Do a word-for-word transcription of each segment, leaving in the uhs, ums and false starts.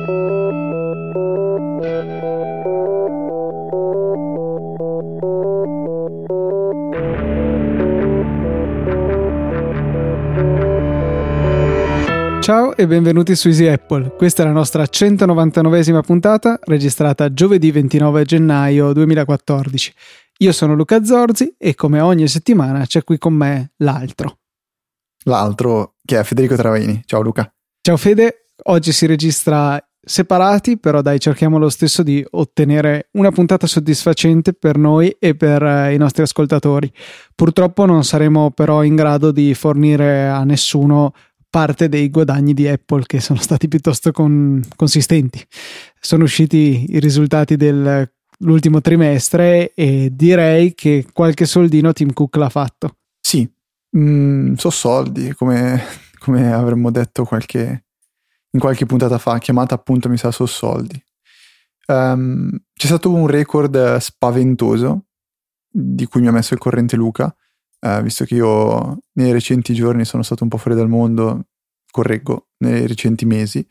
Ciao e benvenuti su Easy Apple. Questa è la nostra centonovantanovesima puntata, registrata giovedì ventinove gennaio duemilaquattordici. Io sono Luca Zorzi e come ogni settimana c'è qui con me l'altro. L'altro che è Federico Travaini. Ciao Luca. Ciao Fede, oggi si registra separati, però dai, cerchiamo lo stesso di ottenere una puntata soddisfacente per noi e per eh, i nostri ascoltatori. Purtroppo non saremo però in grado di fornire a nessuno parte dei guadagni di Apple, che sono stati piuttosto con, consistenti. Sono usciti i risultati dell'ultimo trimestre e direi che qualche soldino Tim Cook l'ha fatto. Sì, mm, so soldi, come, come avremmo detto qualche, in qualche puntata fa, chiamata appunto mi sa so soldi. Um, c'è stato un record spaventoso di cui mi ha messo il corrente Luca. Uh, visto che io nei recenti giorni sono stato un po' fuori dal mondo, correggo, nei recenti mesi,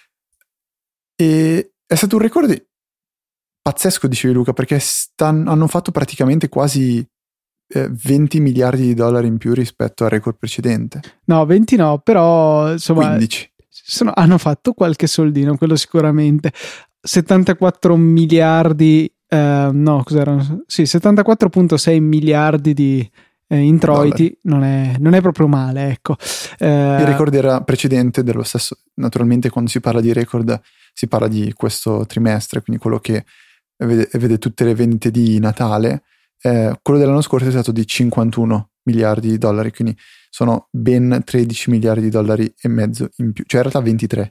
e è stato un record pazzesco, dicevi Luca, perché stan- hanno fatto praticamente quasi eh, venti miliardi di dollari in più rispetto al record precedente. No, venti no, però insomma quindici. Sono, hanno fatto qualche soldino, quello sicuramente. settantaquattro miliardi, eh, no, cos'erano? Sì, settantaquattro virgola sei miliardi di Eh, introiti, non è, non è proprio male, ecco. Eh, il record era precedente dello stesso. Naturalmente quando si parla di record si parla di questo trimestre, quindi quello che vede, vede tutte le vendite di Natale. Eh, quello dell'anno scorso è stato di cinquantuno miliardi di dollari, quindi sono ben tredici miliardi di dollari e mezzo in più, cioè in realtà ventitré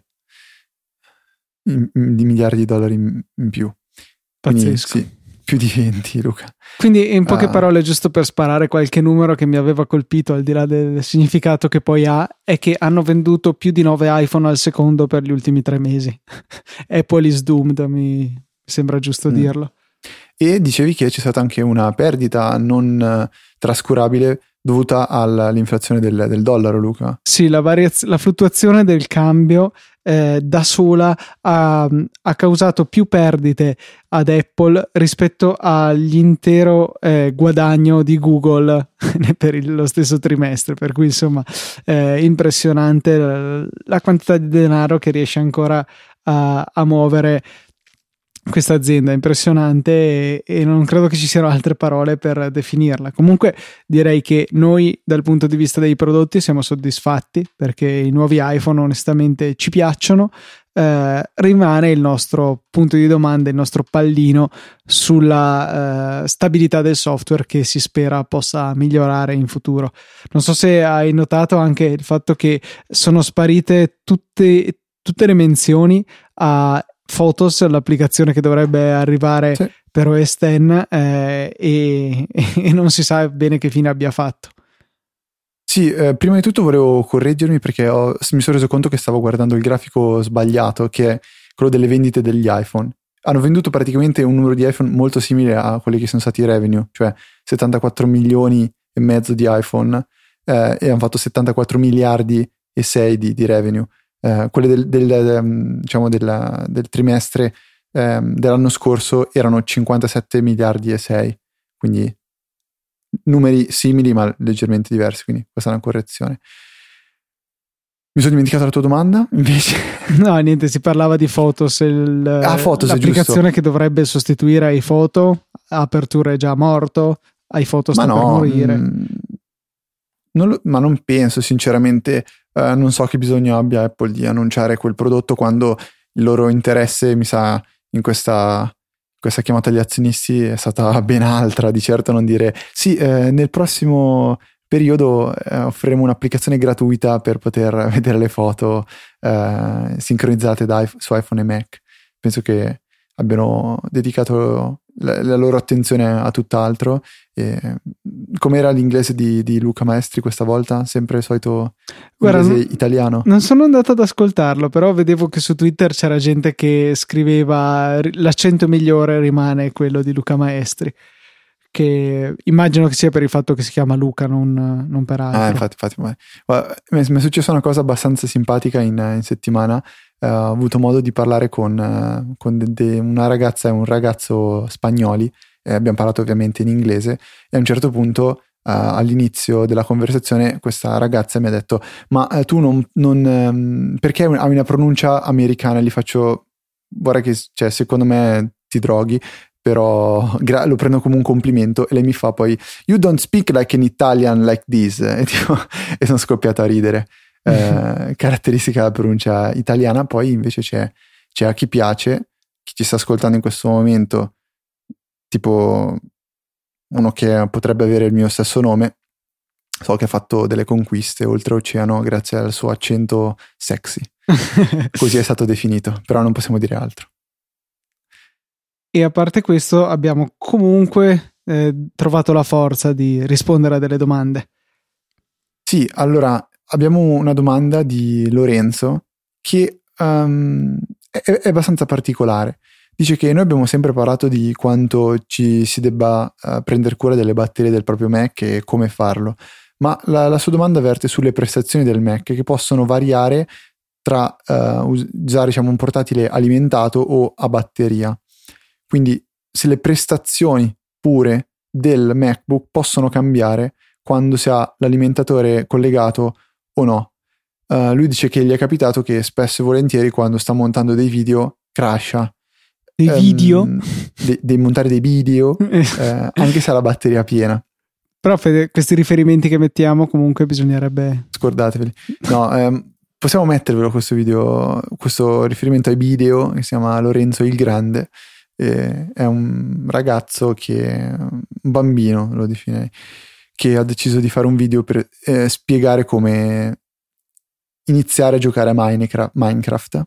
in, in, di miliardi di dollari in, in più. Quindi, pazzesco. Sì, più di venti, Luca. Quindi in poche uh, parole, giusto per sparare qualche numero che mi aveva colpito al di là del significato che poi ha, è che hanno venduto più di nove iPhone al secondo per gli ultimi tre mesi. Apple is doomed, mi sembra giusto mm. dirlo. E dicevi che c'è stata anche una perdita non uh, trascurabile dovuta all'inflazione del, del dollaro, Luca. Sì, la, variaz- la fluttuazione del cambio eh, da sola ha, ha causato più perdite ad Apple rispetto all'intero eh, guadagno di Google per il, lo stesso trimestre, per cui insomma è impressionante la, la quantità di denaro che riesce ancora a, a muovere questa azienda, impressionante, e, e non credo che ci siano altre parole per definirla. Comunque direi che noi dal punto di vista dei prodotti siamo soddisfatti, perché i nuovi iPhone onestamente ci piacciono. Eh, rimane il nostro punto di domanda, il nostro pallino sulla eh, stabilità del software, che si spera possa migliorare in futuro. Non so se hai notato anche il fatto che sono sparite tutte, tutte le menzioni a Photos, l'applicazione che dovrebbe arrivare sì. per O S X eh, e, e non si sa bene che fine abbia fatto. Sì, eh, prima di tutto volevo correggermi perché ho, mi sono reso conto che stavo guardando il grafico sbagliato, che è quello delle vendite degli iPhone. Hanno venduto praticamente un numero di iPhone molto simile a quelli che sono stati i revenue, cioè settantaquattro milioni e mezzo di iPhone eh, e hanno fatto settantaquattro miliardi e sei di, di revenue. Uh, quelle del, del, um, diciamo della, del trimestre um, dell'anno scorso erano cinquantasette miliardi e sei, quindi numeri simili ma leggermente diversi, quindi questa è una correzione. Mi sono dimenticato la tua domanda invece. No, niente, si parlava di Photos, il, ah, Photos l'applicazione che dovrebbe sostituire iPhoto. Apertura è già morto, iPhoto sta ma no, per morire. mh, non lo, ma non penso sinceramente. Uh, non so che bisogno abbia Apple di annunciare quel prodotto quando il loro interesse, mi sa, in questa, questa chiamata agli azionisti è stata ben altra. Di certo non dire sì, eh, nel prossimo periodo eh, offriremo un'applicazione gratuita per poter vedere le foto eh, sincronizzate da, su iPhone e Mac. Penso che abbiano dedicato la, la loro attenzione a tutt'altro. E, com'era l'inglese di, di Luca Maestri questa volta? Sempre il solito Guarda, inglese non, italiano? Non sono andato ad ascoltarlo, però vedevo che su Twitter c'era gente che scriveva l'accento migliore rimane quello di Luca Maestri, che immagino che sia per il fatto che si chiama Luca, non, non per altro. Ah, infatti, infatti ma, guarda, mi è successa una cosa abbastanza simpatica in, in settimana. uh, ho avuto modo di parlare con, uh, con de- de- una ragazza e un ragazzo spagnoli, e abbiamo parlato ovviamente in inglese, e a un certo punto Uh, all'inizio della conversazione questa ragazza mi ha detto ma uh, tu non, non um, perché hai una pronuncia americana? Gli faccio guarda che cioè, secondo me ti droghi, però gra- lo prendo come un complimento, e lei mi fa poi you don't speak like an Italian like this, e, tipo, e sono scoppiato a ridere. uh, caratteristica della pronuncia italiana. Poi invece c'è, c'è a chi piace, chi ci sta ascoltando in questo momento, tipo uno che potrebbe avere il mio stesso nome, so che ha fatto delle conquiste oltreoceano grazie al suo accento sexy. Così è stato definito, però non possiamo dire altro. E a parte questo abbiamo comunque eh, trovato la forza di rispondere a delle domande. Sì, allora abbiamo una domanda di Lorenzo che um, è, è abbastanza particolare. Dice che noi abbiamo sempre parlato di quanto ci si debba uh, prendere cura delle batterie del proprio Mac e come farlo, ma la, la sua domanda verte sulle prestazioni del Mac, che possono variare tra uh, usare diciamo, un portatile alimentato o a batteria. Quindi se le prestazioni pure del MacBook possono cambiare quando si ha l'alimentatore collegato o no. Uh, lui dice che gli è capitato che spesso e volentieri quando sta montando dei video crasha. Dei video? Um, de- de montare dei video eh, anche se ha la batteria piena. Però Fede, questi riferimenti che mettiamo comunque bisognerebbe scordateveli. No, ehm, possiamo mettervelo questo video, questo riferimento ai video, che si chiama Lorenzo il Grande. Eh, è un ragazzo che un bambino lo definirei, che ha deciso di fare un video per eh, spiegare come iniziare a giocare a Minecraft, Minecraft.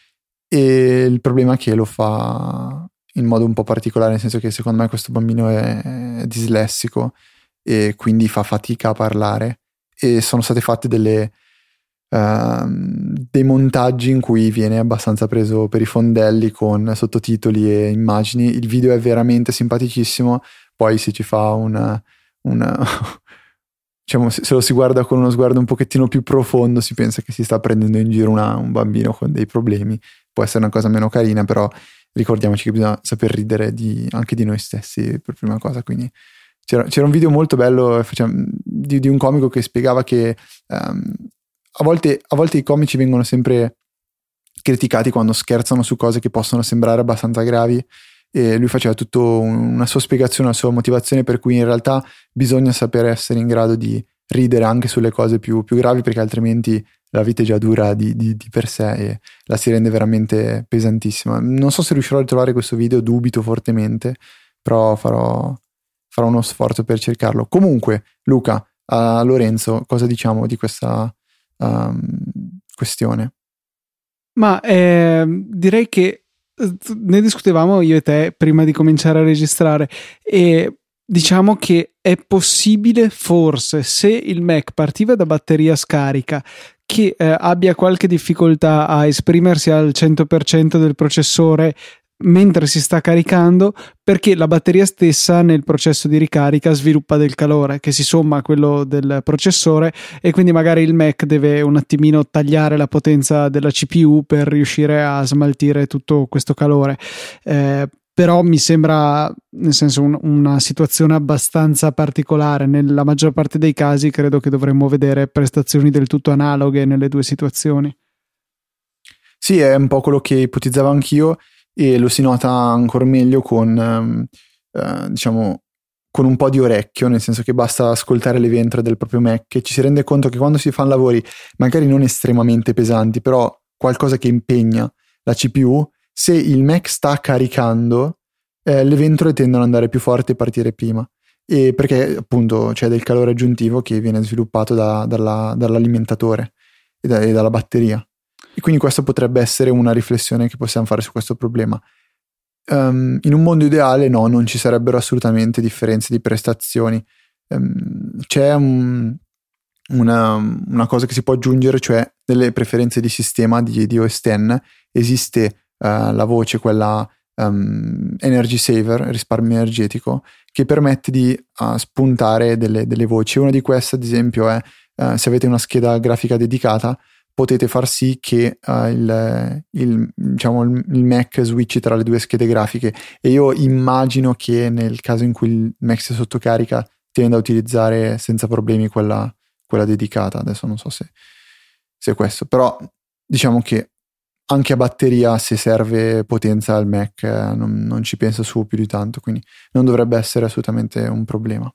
E il problema è che lo fa in modo un po' particolare, nel senso che secondo me questo bambino è, è dislessico e quindi fa fatica a parlare, e sono state fatte delle uh, dei montaggi in cui viene abbastanza preso per i fondelli con sottotitoli e immagini. Il video è veramente simpaticissimo, poi se ci fa una, una diciamo, se lo si guarda con uno sguardo un pochettino più profondo si pensa che si sta prendendo in giro una, un bambino con dei problemi. Può essere una cosa meno carina, però ricordiamoci che bisogna saper ridere di, anche di noi stessi per prima cosa. Quindi c'era, c'era un video molto bello di, di un comico che spiegava che um, a volte, a volte i comici vengono sempre criticati quando scherzano su cose che possono sembrare abbastanza gravi, e lui faceva tutta una sua spiegazione, una sua motivazione per cui in realtà bisogna saper essere in grado di ridere anche sulle cose più, più gravi, perché altrimenti la vita è già dura di, di, di per sé e la si rende veramente pesantissima. Non so se riuscirò a trovare questo video, dubito fortemente, però farò, farò uno sforzo per cercarlo. Comunque, Luca, a Lorenzo, cosa diciamo di questa um, questione? Ma eh, direi che ne discutevamo io e te prima di cominciare a registrare, e diciamo che è possibile, forse, se il Mac partiva da batteria scarica, che eh, abbia qualche difficoltà a esprimersi al cento per cento del processore mentre si sta caricando, perché la batteria stessa nel processo di ricarica sviluppa del calore che si somma a quello del processore, e quindi magari il Mac deve un attimino tagliare la potenza della C P U per riuscire a smaltire tutto questo calore. Eh, però mi sembra, nel senso, un, una situazione abbastanza particolare. Nella maggior parte dei casi credo che dovremmo vedere prestazioni del tutto analoghe nelle due situazioni. Sì, è un po' quello che ipotizzavo anch'io, e lo si nota ancora meglio con um, uh, diciamo con un po' di orecchio, nel senso che basta ascoltare le ventre del proprio Mac e ci si rende conto che quando si fanno lavori magari non estremamente pesanti, però qualcosa che impegna la C P U, se il Mac sta caricando eh, le ventre tendono ad andare più forti e partire prima, e perché appunto c'è del calore aggiuntivo che viene sviluppato da, dalla, dall'alimentatore e, da, e dalla batteria. E quindi questa potrebbe essere una riflessione che possiamo fare su questo problema. Um, in un mondo ideale no, non ci sarebbero assolutamente differenze di prestazioni. Um, c'è un, una, una cosa che si può aggiungere, cioè nelle preferenze di sistema di, di O S X esiste uh, la voce, quella um, Energy Saver, risparmio energetico, che permette di uh, spuntare delle, delle voci. Una di queste ad esempio è uh, se avete una scheda grafica dedicata, potete far sì che uh, il, il, diciamo, il, il Mac switchi tra le due schede grafiche, e io immagino che nel caso in cui il Mac sia sotto carica tenda a utilizzare senza problemi quella, quella dedicata. Adesso non so se, se è questo, però diciamo che anche a batteria, se serve potenza al Mac, eh, non, non ci penso su più di tanto, quindi non dovrebbe essere assolutamente un problema.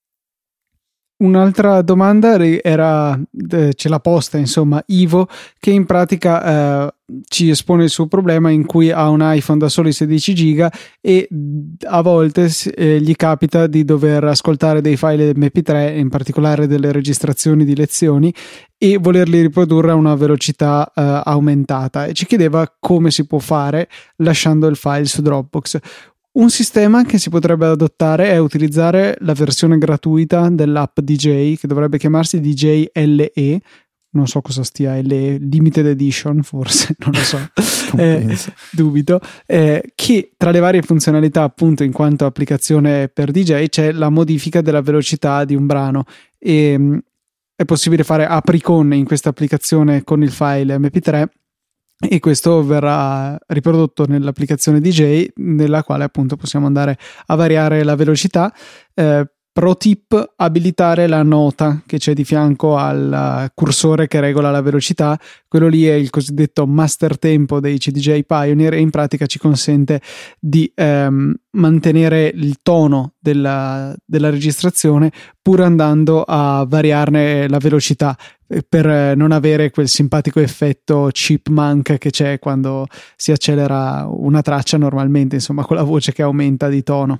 Un'altra domanda era, eh, ce l'ha posta insomma Ivo, che in pratica eh, ci espone il suo problema in cui ha un iPhone da soli sedici giga e a volte eh, gli capita di dover ascoltare dei file emme pi tre, in particolare delle registrazioni di lezioni, e volerli riprodurre a una velocità eh, aumentata, e ci chiedeva come si può fare lasciando il file su Dropbox. Un sistema che si potrebbe adottare è utilizzare la versione gratuita dell'app D J, che dovrebbe chiamarsi D J L E, non so cosa stia L E, Limited Edition forse, non lo so, eh, dubito, eh, che tra le varie funzionalità, appunto, in quanto applicazione per D J, c'è la modifica della velocità di un brano, e mh, è possibile fare apricon in questa applicazione con il file emme pi tre, e questo verrà riprodotto nell'applicazione D J, nella quale appunto possiamo andare a variare la velocità. Eh, pro tip: abilitare la nota che c'è di fianco al cursore che regola la velocità. Quello lì è il cosiddetto master tempo dei C D J Pioneer, e in pratica ci consente di ehm, mantenere il tono della, della registrazione pur andando a variarne la velocità, per non avere quel simpatico effetto chipmunk che c'è quando si accelera una traccia normalmente, insomma, con la voce che aumenta di tono.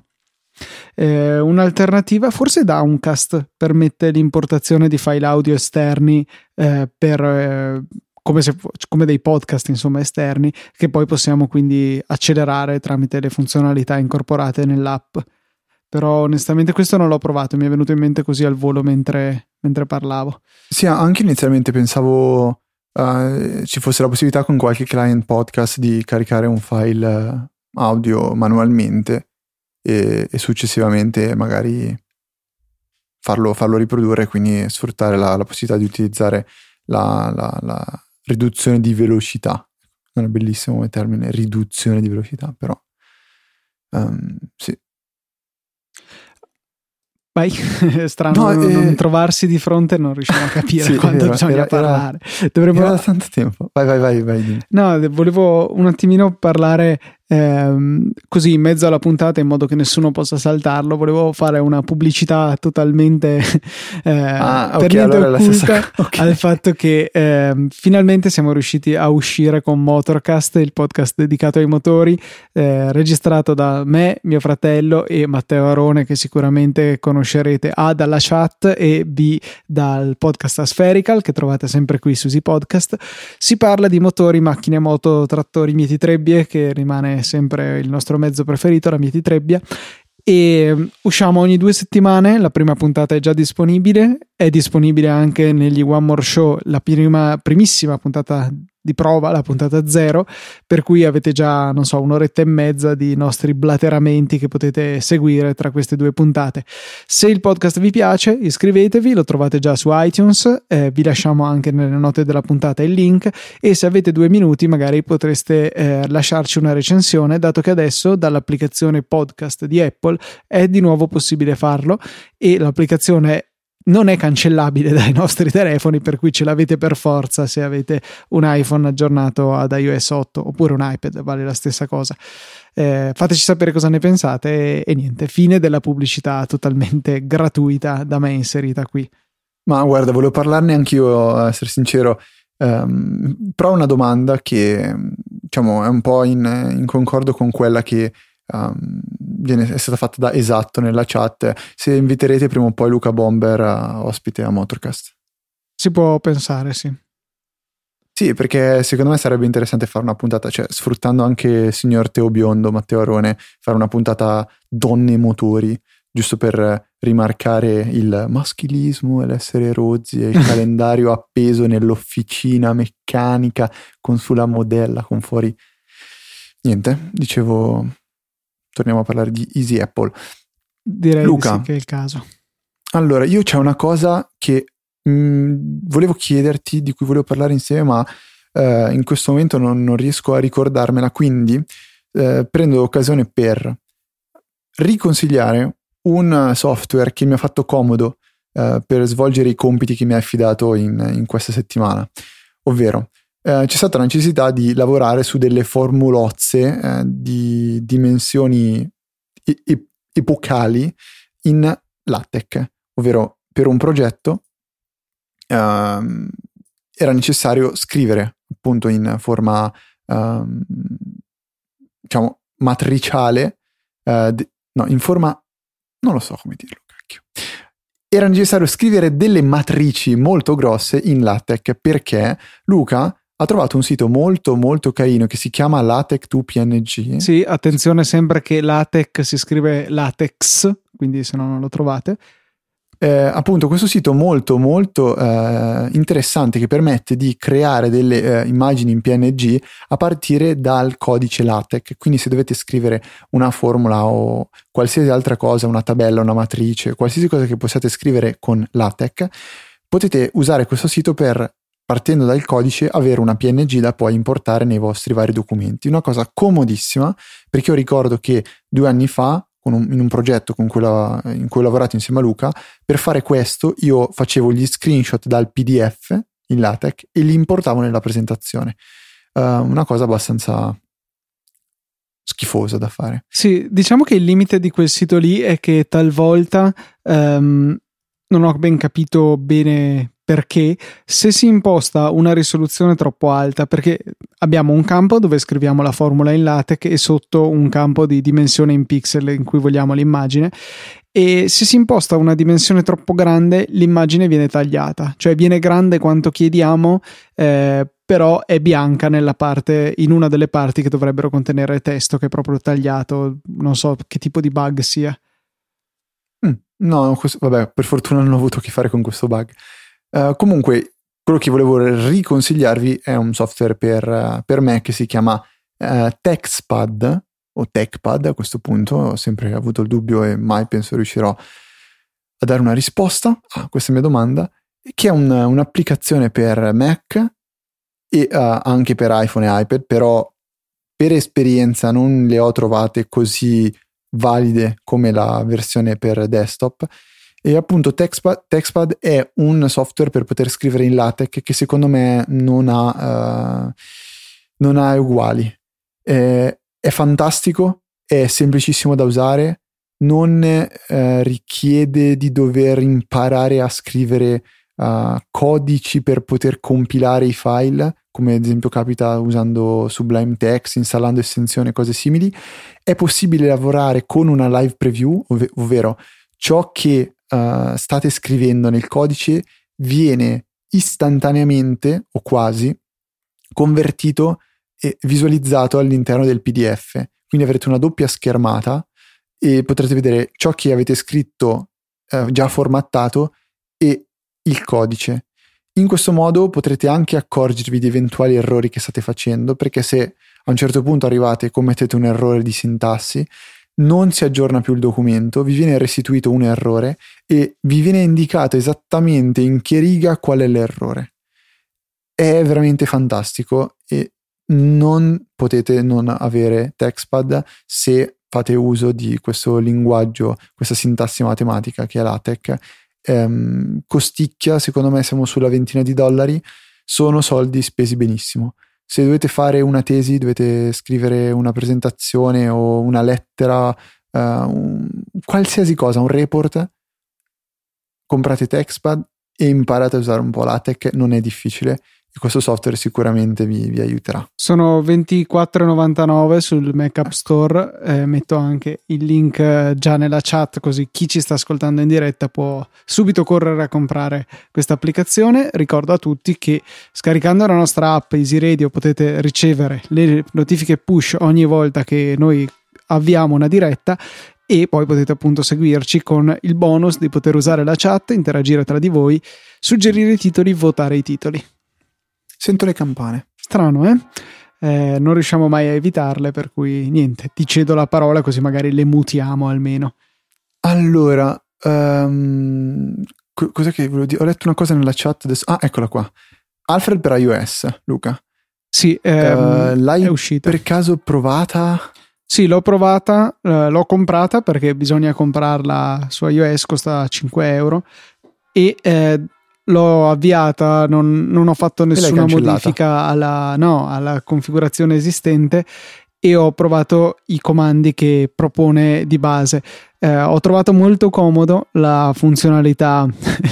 Eh, un'alternativa forse Downcast permette l'importazione di file audio esterni eh, per eh, come, se, come dei podcast insomma esterni, che poi possiamo quindi accelerare tramite le funzionalità incorporate nell'app. Però onestamente questo non l'ho provato, mi è venuto in mente così al volo mentre, mentre parlavo. Sì, anche inizialmente pensavo uh, ci fosse la possibilità con qualche client podcast di caricare un file audio manualmente e, e successivamente magari farlo, farlo riprodurre, quindi sfruttare la, la possibilità di utilizzare la, la, la riduzione di velocità. Non è bellissimo come termine, riduzione di velocità, però um, sì. Vai, è strano no, non, eh... non trovarsi di fronte, non riusciamo a capire sì, quando era, bisogna era, parlare. Dovremmo... Era da tanto tempo. Vai, vai, vai, vai. No, volevo un attimino parlare ehm, così in mezzo alla puntata, in modo che nessuno possa saltarlo. Volevo fare una pubblicità totalmente eh, ah, per okay, niente allora occulta okay. al fatto che eh, finalmente siamo riusciti a uscire con Motorcast, il podcast dedicato ai motori, eh, registrato da me, mio fratello e Matteo Arone, che sicuramente conoscerete A dalla chat e B dal podcast Aspherical, che trovate sempre qui su Easy Podcast. Si parla di motori, macchine, moto, trattori, mieti trebbie, che rimane sempre il nostro mezzo preferito, la mieti trebbia, e usciamo ogni due settimane. La prima puntata è già disponibile, è disponibile anche negli One More Show, la prima, primissima puntata di prova, la puntata zero, per cui avete già, non so, un'oretta e mezza di nostri blateramenti che potete seguire tra queste due puntate. Se il podcast vi piace, iscrivetevi, lo trovate già su iTunes, eh, vi lasciamo anche nelle note della puntata il link, e se avete due minuti magari potreste eh, lasciarci una recensione, dato che adesso dall'applicazione podcast di Apple è di nuovo possibile farlo, e l'applicazione non è cancellabile dai nostri telefoni, per cui ce l'avete per forza se avete un iPhone aggiornato ad iOS otto, oppure un iPad, vale la stessa cosa. Eh, fateci sapere cosa ne pensate, e, e niente, fine della pubblicità totalmente gratuita da me inserita qui. Ma guarda, volevo parlarne anch'io, a essere sincero, um, però una domanda che, diciamo, è un po' in, in concordo con quella che Um, viene, è stata fatta da Esatto nella chat: se inviterete prima o poi Luca Bomber a, ospite a Motorcast. Si può pensare, sì. Sì, perché secondo me sarebbe interessante fare una puntata, cioè sfruttando anche il signor Teo Biondo, Matteo Arone, fare una puntata donne e motori, giusto per rimarcare il maschilismo e l'essere rozzi e il calendario appeso nell'officina meccanica con sulla modella con fuori. Niente, dicevo, torniamo a parlare di Easy Apple. Direi Luca, di sì, che è il caso. Allora, io c'è una cosa che mh, volevo chiederti, di cui volevo parlare insieme, ma uh, in questo momento non, non riesco a ricordarmela, quindi uh, prendo l'occasione per riconsigliare un software che mi ha fatto comodo uh, per svolgere i compiti che mi ha affidato in, in questa settimana, ovvero uh, c'è stata la necessità di lavorare su delle formulozze uh, di dimensioni e- epocali in LaTeX, ovvero per un progetto uh, era necessario scrivere appunto in forma uh, diciamo matriciale, uh, de- no, in forma, non lo so come dirlo, cacchio. Era necessario scrivere delle matrici molto grosse in LaTeX perché Luca ha trovato un sito molto molto carino che si chiama LaTeX to P N G. Sì, attenzione sempre che LaTeX si scrive latex, quindi se no non lo trovate. Eh, appunto questo sito molto molto eh, interessante che permette di creare delle eh, immagini in P N G a partire dal codice LaTeX, quindi se dovete scrivere una formula o qualsiasi altra cosa, una tabella, una matrice, qualsiasi cosa che possiate scrivere con LaTeX, potete usare questo sito per, partendo dal codice, avere una P N G da poi importare nei vostri vari documenti. Una cosa comodissima, perché io ricordo che due anni fa con un, in un progetto con cui la, in cui ho lavorato insieme a Luca, per fare questo io facevo gli screenshot dal P D F in LaTeX e li importavo nella presentazione. Uh, una cosa abbastanza schifosa da fare. Sì, diciamo che il limite di quel sito lì è che talvolta um, non ho ben capito bene perché, se si imposta una risoluzione troppo alta, perché abbiamo un campo dove scriviamo la formula in LaTeX e sotto un campo di dimensione in pixel in cui vogliamo l'immagine, e se si imposta una dimensione troppo grande l'immagine viene tagliata, cioè viene grande quanto chiediamo, eh, però è bianca nella parte, in una delle parti che dovrebbero contenere il testo, che è proprio tagliato. Non so che tipo di bug sia. Mm, no, questo, vabbè, per fortuna non ho avuto a che fare con questo bug. Uh, comunque, quello che volevo riconsigliarvi è un software per, uh, per me che si chiama uh, TextPad o TechPad. A questo punto ho sempre avuto il dubbio e mai penso riuscirò a dare una risposta a questa mia domanda, che è un, un'applicazione per Mac e uh, anche per iPhone e iPad, però per esperienza non le ho trovate così valide come la versione per desktop. E appunto TextPad, TextPad è un software per poter scrivere in LaTeX che secondo me non ha, uh, non ha uguali. Eh, è fantastico, è semplicissimo da usare, non eh, richiede di dover imparare a scrivere uh, codici per poter compilare i file, come ad esempio capita usando Sublime Text, installando estensioni e cose simili. È possibile lavorare con una live preview, ov- ovvero ciò che Uh, state scrivendo nel codice viene istantaneamente o quasi convertito e visualizzato all'interno del P D F, quindi avrete una doppia schermata e potrete vedere ciò che avete scritto uh, già formattato e il codice. In questo modo potrete anche accorgervi di eventuali errori che state facendo, perché se a un certo punto arrivate e commettete un errore di sintassi, non si aggiorna più il documento, vi viene restituito un errore e vi viene indicato esattamente in che riga qual è l'errore. È veramente fantastico e non potete non avere TextPad se fate uso di questo linguaggio, questa sintassi matematica che è LaTeX. Ehm, costicchia, secondo me siamo sulla ventina di dollari, sono soldi spesi benissimo. Se dovete fare una tesi, dovete scrivere una presentazione o una lettera, uh, un, qualsiasi cosa, un report, comprate TextPad e imparate a usare un po' LaTeX, non è difficile e questo software sicuramente vi, vi aiuterà. Sono ventiquattro e novantanove sul Mac App Store, eh, metto anche il link eh, già nella chat, così chi ci sta ascoltando in diretta può subito correre a comprare questa applicazione. Ricordo a tutti che scaricando la nostra app Easy Radio potete ricevere le notifiche push ogni volta che noi avviamo una diretta e poi potete appunto seguirci con il bonus di poter usare la chat, interagire tra di voi, suggerire i titoli, votare i titoli. Sento le campane. Strano, eh? eh? Non riusciamo mai a evitarle, per cui niente, ti cedo la parola così magari le mutiamo almeno. Allora, um, co- cos'è che volevo dire? Ho letto una cosa nella chat adesso. Ah, eccola qua. Alfred per iOS, Luca. Sì, ehm, Uh, l'hai è uscita. per caso provata? Sì, l'ho provata, eh, l'ho comprata perché bisogna comprarla su iOS, costa cinque euro e eh, l'ho avviata, non, non ho fatto E l'hai nessuna cancellata? modifica alla, no, alla configurazione esistente e ho provato i comandi che propone di base. Eh, ho trovato molto comodo la funzionalità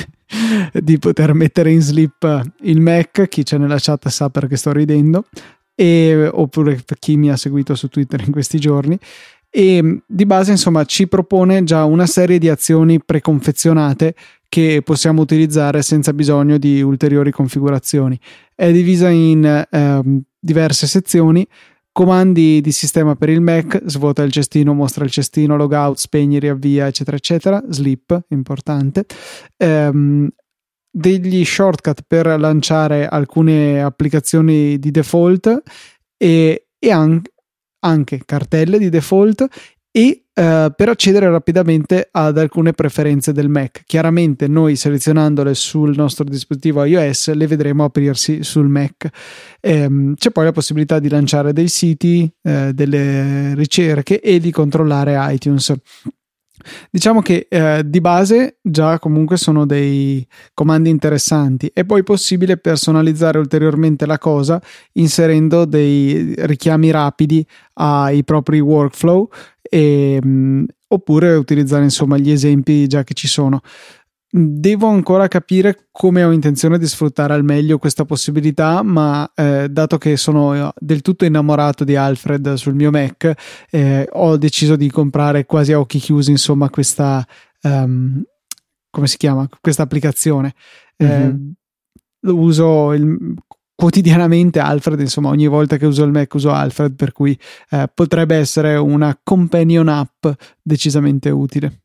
di poter mettere in sleep il Mac. Chi c'è nella chat sa perché sto ridendo, e, oppure per chi mi ha seguito su Twitter in questi giorni. E di base, insomma, ci propone già una serie di azioni preconfezionate che possiamo utilizzare senza bisogno di ulteriori configurazioni. È divisa in eh, diverse sezioni. Comandi di sistema per il Mac: svuota il cestino, mostra il cestino, logout, spegni, riavvia, eccetera eccetera. Sleep, importante. Ehm, degli shortcut per lanciare alcune applicazioni di default e, e anche, anche cartelle di default e eh, per accedere rapidamente ad alcune preferenze del Mac. Chiaramente noi selezionandole sul nostro dispositivo iOS le vedremo aprirsi sul Mac. Ehm, c'è poi la possibilità di lanciare dei siti, eh, delle ricerche e di controllare iTunes. Diciamo che eh, di base già comunque sono dei comandi interessanti. È poi possibile personalizzare ulteriormente la cosa inserendo dei richiami rapidi ai propri workflow e, mh, oppure utilizzare insomma gli esempi già che ci sono. Devo ancora capire come ho intenzione di sfruttare al meglio questa possibilità, ma eh, dato che sono del tutto innamorato di Alfred sul mio Mac, eh, ho deciso di comprare quasi a occhi chiusi, insomma, questa um, come si chiama? Questa applicazione. Mm-hmm. Eh, lo uso il, quotidianamente Alfred, insomma, ogni volta che uso il Mac uso Alfred, per cui eh, potrebbe essere una companion app decisamente utile.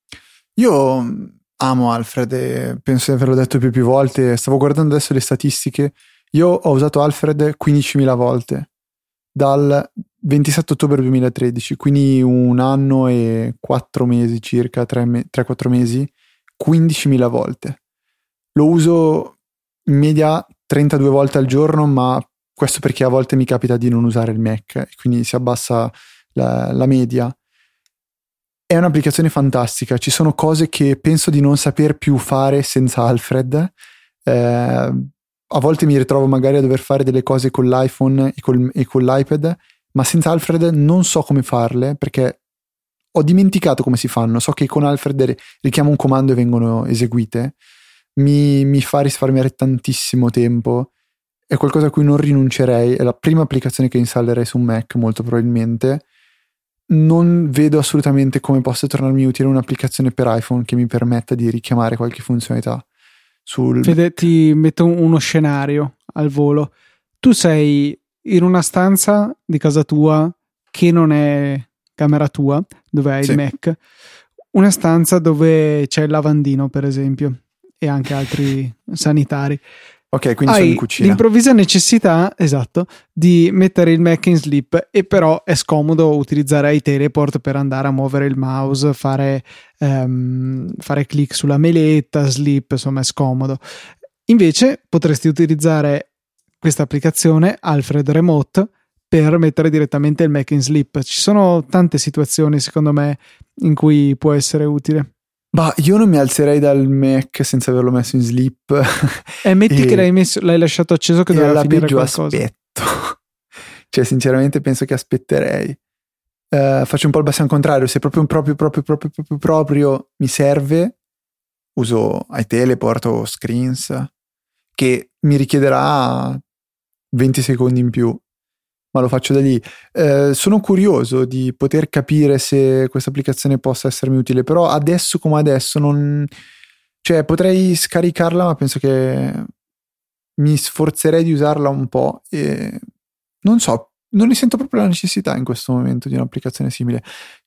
Io amo Alfred e penso di averlo detto più più volte. Stavo guardando adesso le statistiche. Io ho usato Alfred quindicimila volte dal ventisette ottobre duemilatredici, quindi un anno e quattro mesi circa, tre quattro mesi, quindicimila volte. Lo uso in media trentadue volte al giorno, ma questo perché a volte mi capita di non usare il Mac e quindi si abbassa la, la media. È un'applicazione fantastica, ci sono cose che penso di non saper più fare senza Alfred. Eh, a volte mi ritrovo magari a dover fare delle cose con l'iPhone e, col, e con l'iPad, ma senza Alfred non so come farle perché ho dimenticato come si fanno. So che con Alfred richiamo un comando e vengono eseguite. Mi, mi fa risparmiare tantissimo tempo, è qualcosa a cui non rinuncerei, è la prima applicazione che installerei su un Mac molto probabilmente. Non vedo assolutamente come possa tornarmi utile un'applicazione per iPhone che mi permetta di richiamare qualche funzionalità sul Fede, Mac. ti metto uno scenario al volo. Tu sei in una stanza di casa tua che non è camera tua, dove hai Sì. il Mac, una stanza dove c'è il lavandino, per esempio, e anche altri sanitari. Ok, quindi Hai sono in cucina. l'improvvisa necessità, esatto, di mettere il Mac in sleep, e però è scomodo utilizzare i teleport per andare a muovere il mouse, fare, um, fare clic sulla meletta, sleep, insomma è scomodo. Invece potresti utilizzare questa applicazione Alfred Remote per mettere direttamente il Mac in sleep. Ci sono tante situazioni, secondo me, in cui può essere utile. Bah, io non mi alzerei dal Mac senza averlo messo in sleep. E metti e, che l'hai, messo, l'hai lasciato acceso che doveva finire peggio qualcosa. Aspetto. Cioè, sinceramente penso che aspetterei. Uh, faccio un po' il bastian contrario. Se proprio, proprio, proprio, proprio, proprio, proprio mi serve, uso iTeleport o Screens, che mi richiederà venti secondi in più, ma lo faccio da lì. Eh, sono curioso di poter capire se questa applicazione possa essermi utile, però adesso come adesso non... Cioè, potrei scaricarla, ma penso che mi sforzerei di usarla un po' e non so, non ne sento proprio la necessità in questo momento di un'applicazione simile,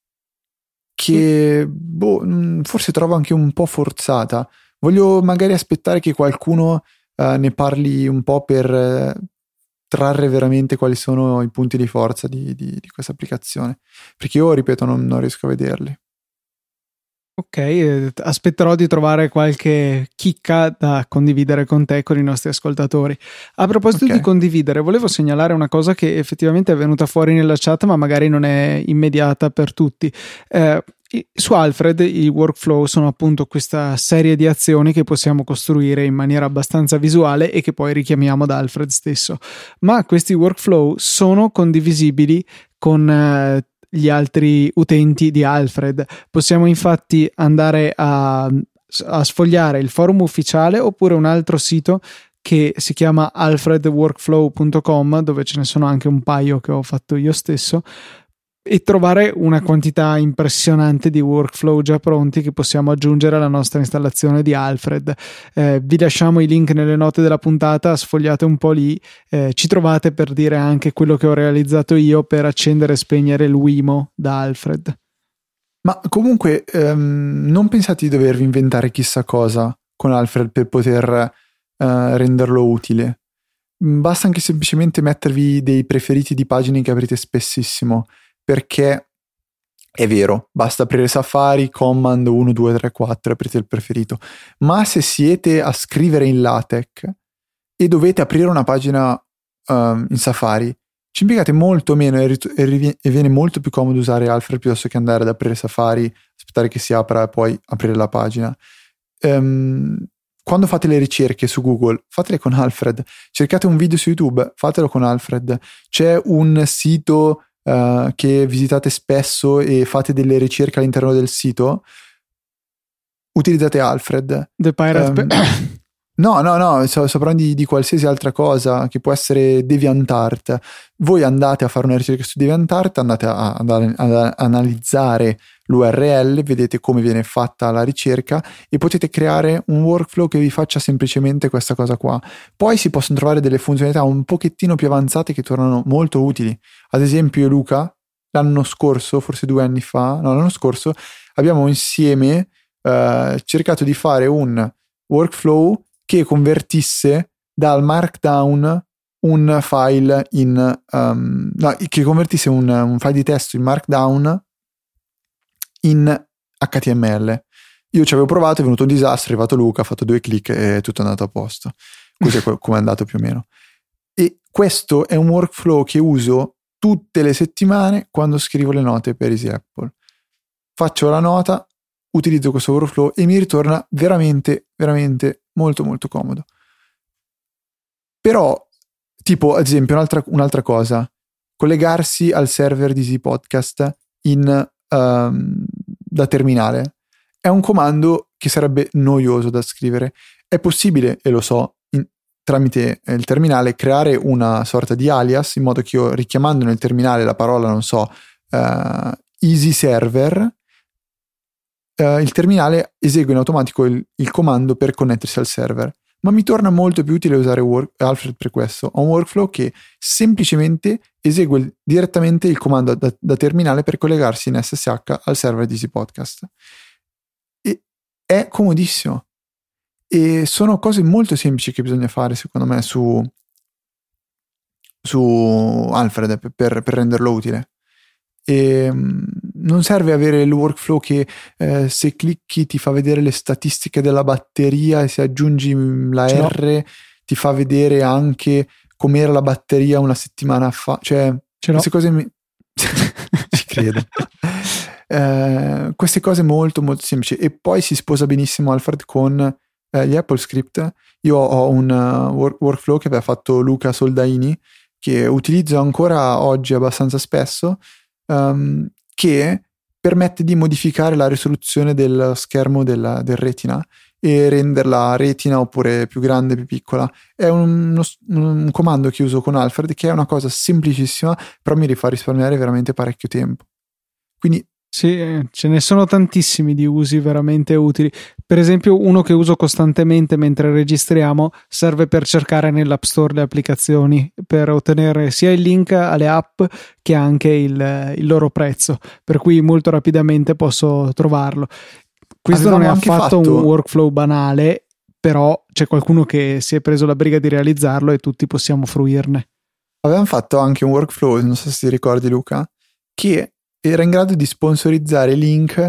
che boh, forse trovo anche un po' forzata. Voglio magari aspettare che qualcuno uh, ne parli un po' per... Uh, trarre veramente quali sono i punti di forza di, di, di questa applicazione, perché io ripeto non, non riesco a vederli. Ok, eh, aspetterò di trovare qualche chicca da condividere con te e con i nostri ascoltatori. A proposito Okay. di condividere, volevo segnalare una cosa che effettivamente è venuta fuori nella chat, ma magari non è immediata per tutti. Eh, su Alfred i workflow sono appunto questa serie di azioni che possiamo costruire in maniera abbastanza visuale e che poi richiamiamo da Alfred stesso. Ma questi workflow sono condivisibili con eh, gli altri utenti di Alfred. Possiamo infatti andare a, a sfogliare il forum ufficiale oppure un altro sito che si chiama alfred workflow punto com, dove ce ne sono anche un paio che ho fatto io stesso, e trovare una quantità impressionante di workflow già pronti che possiamo aggiungere alla nostra installazione di Alfred. Eh, vi lasciamo i link nelle note della puntata, sfogliate un po' lì, eh, ci trovate per dire anche quello che ho realizzato io per accendere e spegnere il Wimo da Alfred. Ma comunque ehm, non pensate di dovervi inventare chissà cosa con Alfred per poter eh, renderlo utile. Basta anche semplicemente mettervi dei preferiti di pagine che aprite spessissimo, perché è vero, basta aprire Safari, Command uno, due, tre, quattro, aprite il preferito. Ma se siete a scrivere in LaTeX e dovete aprire una pagina um, in Safari, ci impiegate molto meno e, rit- e, riv- e viene molto più comodo usare Alfred piuttosto che andare ad aprire Safari, aspettare che si apra e poi aprire la pagina. Um, quando fate le ricerche su Google, fatele con Alfred. Cercate un video su YouTube, fatelo con Alfred. C'è un sito Uh, che visitate spesso e fate delle ricerche all'interno del sito, utilizzate Alfred. The Pirate um, Bay. No, no, no, sto, sto parlando di, di qualsiasi altra cosa che può essere DeviantArt. Voi andate a fare una ricerca su DeviantArt, andate a, a, a, a analizzare l'U R L, vedete come viene fatta la ricerca e potete creare un workflow che vi faccia semplicemente questa cosa qua. Poi si possono trovare delle funzionalità un pochettino più avanzate che tornano molto utili. Ad esempio io e Luca, l'anno scorso, forse due anni fa, no, l'anno scorso, abbiamo insieme eh, cercato di fare un workflow che convertisse dal Markdown un file in um, no, che convertisse un, un file di testo in Markdown in H T M L. Io ci avevo provato, è venuto un disastro, è arrivato Luca, ha fatto due clic e tutto è andato a posto. Così è come è andato più o meno. E questo è un workflow che uso tutte le settimane quando scrivo le note per Easy Apple. Faccio la nota, utilizzo questo workflow e mi ritorna veramente, veramente molto molto comodo. Però, tipo, ad esempio, un'altra, un'altra cosa, collegarsi al server di Easy Podcast in, um, da terminale è un comando che sarebbe noioso da scrivere. È possibile, e lo so, in, tramite il terminale, creare una sorta di alias in modo che io, richiamando nel terminale la parola, non so, uh, Easy Server, Uh, il terminale esegue in automatico il, il comando per connettersi al server, ma mi torna molto più utile usare work, Alfred per questo. Ho un workflow che semplicemente esegue il, direttamente il comando da, da terminale per collegarsi in S S H al server di Easy Podcast e è comodissimo e sono cose molto semplici che bisogna fare secondo me su, su Alfred per, per renderlo utile. E non serve avere il workflow che eh, se clicchi ti fa vedere le statistiche della batteria e se aggiungi la Ce R l'ho. ti fa vedere anche com'era la batteria una settimana fa, cioè Ce queste cose mi... ci credo. Eh, queste cose molto molto semplici e poi si sposa benissimo Alfred con eh, gli Apple Script. Io ho un uh, work- workflow che aveva fatto Luca Soldaini che utilizzo ancora oggi abbastanza spesso, Um, che permette di modificare la risoluzione del schermo della, del retina e renderla retina oppure più grande, più piccola. È un, uno, un comando che uso con Alfred che è una cosa semplicissima, però mi fa risparmiare veramente parecchio tempo. Quindi sì, ce ne sono tantissimi di usi veramente utili. Per esempio, uno che uso costantemente mentre registriamo serve per cercare nell'App Store le applicazioni, per ottenere sia il link alle app che anche il, il loro prezzo, per cui molto rapidamente posso trovarlo. Questo avevamo non è anche affatto fatto... un workflow banale, però c'è qualcuno che si è preso la briga di realizzarlo e tutti possiamo fruirne. Avevamo fatto anche un workflow, non so se ti ricordi Luca, che era in grado di sponsorizzare link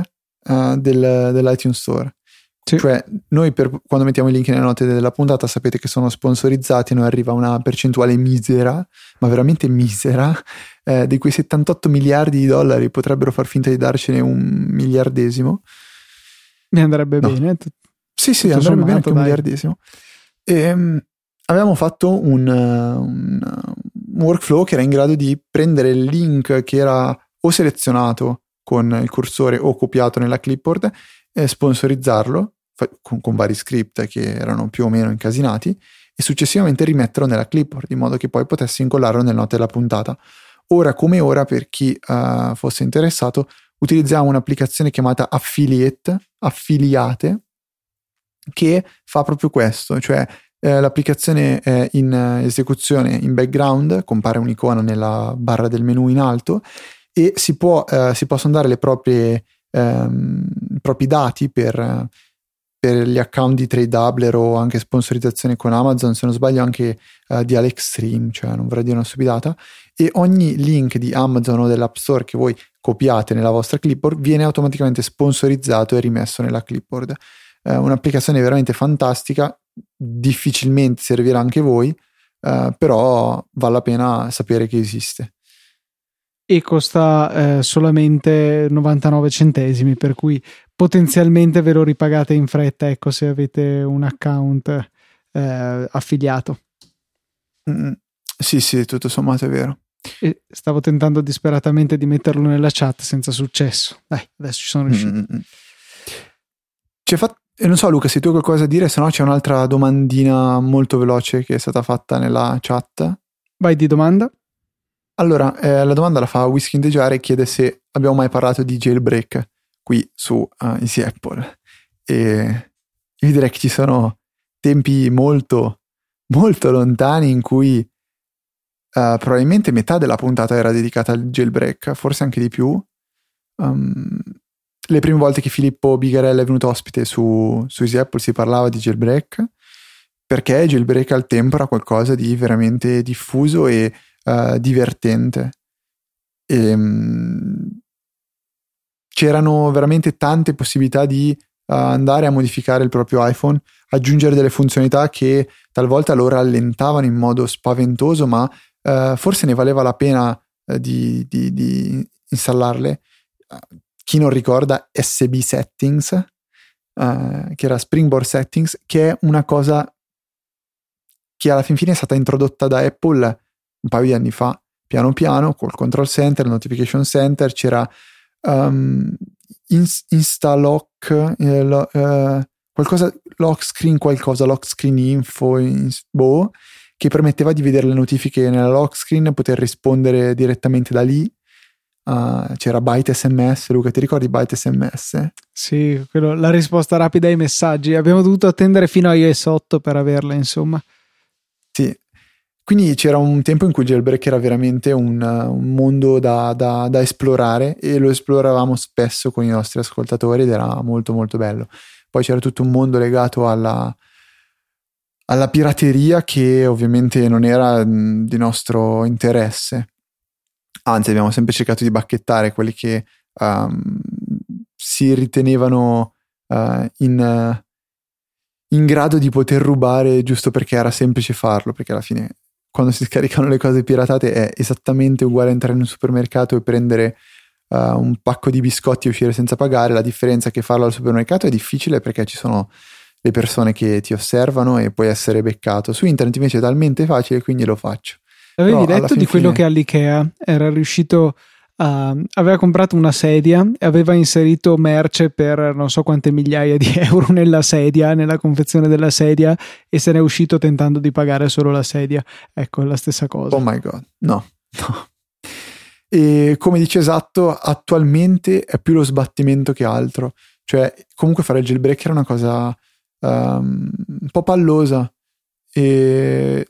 uh, del, dell'iTunes Store. Sì. Cioè noi per, quando mettiamo i link nelle note della puntata sapete che sono sponsorizzati, noi arriva una percentuale misera, ma veramente misera, eh, di quei settantotto miliardi di dollari potrebbero far finta di darcene un miliardesimo. Mi andrebbe no. bene. Sì, sì, andrebbe sommato, bene anche un dai. miliardesimo. E, um, avevamo fatto un, un, un workflow che era in grado di prendere il link che era o selezionato con il cursore o copiato nella clipboard e sponsorizzarlo Con, con vari script che erano più o meno incasinati e successivamente rimetterlo nella clipboard in modo che poi potessi incollarlo nelle note della puntata. Ora come ora, per chi uh, fosse interessato, utilizziamo un'applicazione chiamata Affiliate, Affiliate, che fa proprio questo, cioè eh, l'applicazione è in esecuzione in background, compare un'icona nella barra del menu in alto e si, può, eh, si possono dare le proprie, ehm, i propri dati per per gli account di TradeDoubler o anche sponsorizzazione con Amazon, se non sbaglio anche uh, di AliExtreme, cioè non vorrei dire una stupidata, e ogni link di Amazon o dell'App Store che voi copiate nella vostra clipboard viene automaticamente sponsorizzato e rimesso nella clipboard. Uh, un'applicazione veramente fantastica, difficilmente servirà anche voi, uh, però vale la pena sapere che esiste. E costa eh, solamente novantanove centesimi, per cui potenzialmente ve lo ripagate in fretta, ecco, se avete un account eh, affiliato. Mm, sì, sì, tutto sommato è vero. E stavo tentando disperatamente di metterlo nella chat senza successo. Dai, adesso ci sono riuscito. Mm-hmm. C'è fatto, e non so Luca, se tu hai qualcosa da dire, se no c'è un'altra domandina molto veloce che è stata fatta nella chat. Vai di domanda. Allora, eh, la domanda la fa Whisky in the Jar e chiede se abbiamo mai parlato di jailbreak qui su uh, Easy Apple. E io direi che ci sono tempi molto, molto lontani in cui uh, probabilmente metà della puntata era dedicata al jailbreak, forse anche di più. Um, le prime volte che Filippo Bigarella è venuto ospite su, su Easy Apple si parlava di jailbreak, perché jailbreak al tempo era qualcosa di veramente diffuso e Uh, divertente e, um, c'erano veramente tante possibilità di uh, andare a modificare il proprio iPhone, aggiungere delle funzionalità che talvolta lo rallentavano in modo spaventoso, ma uh, forse ne valeva la pena uh, di, di, di installarle. Uh, chi non ricorda S B Settings, uh, che era Springboard Settings, che è una cosa che alla fin fine è stata introdotta da Apple un paio di anni fa, piano piano, col Control Center, il Notification Center, c'era um, ins- Instalock, eh, lo, eh, qualcosa, lock screen qualcosa, lock screen info, ins- boh, che permetteva di vedere le notifiche nella lock screen, poter rispondere direttamente da lì. Uh, c'era Byte S M S, Luca, ti ricordi Byte S M S? Sì, quello, la risposta rapida ai messaggi. Abbiamo dovuto attendere fino a iOS otto per averla, insomma. Sì. Quindi c'era un tempo in cui il jailbreak era veramente un, un mondo da, da, da esplorare e lo esploravamo spesso con i nostri ascoltatori ed era molto molto bello. Poi c'era tutto un mondo legato alla, alla pirateria che ovviamente non era mh, di nostro interesse. Anzi, abbiamo sempre cercato di bacchettare quelli che um, si ritenevano uh, in, uh, in grado di poter rubare giusto perché era semplice farlo, perché alla fine quando si scaricano le cose piratate è esattamente uguale a entrare in un supermercato e prendere uh, un pacco di biscotti e uscire senza pagare. La differenza è che farlo al supermercato è difficile perché ci sono le persone che ti osservano e puoi essere beccato. Su internet invece è talmente facile, quindi lo faccio. Avevi Però detto di quello fine... che all'IKEA era riuscito a... aveva comprato una sedia e aveva inserito merce per non so quante migliaia di euro nella sedia, nella confezione della sedia, e se n'è uscito tentando di pagare solo la sedia. Ecco, è la stessa cosa. Oh my god, no, no. E come dice Esatto, attualmente è più lo sbattimento che altro. Cioè, comunque fare il jailbreak era una cosa um, un po' pallosa. E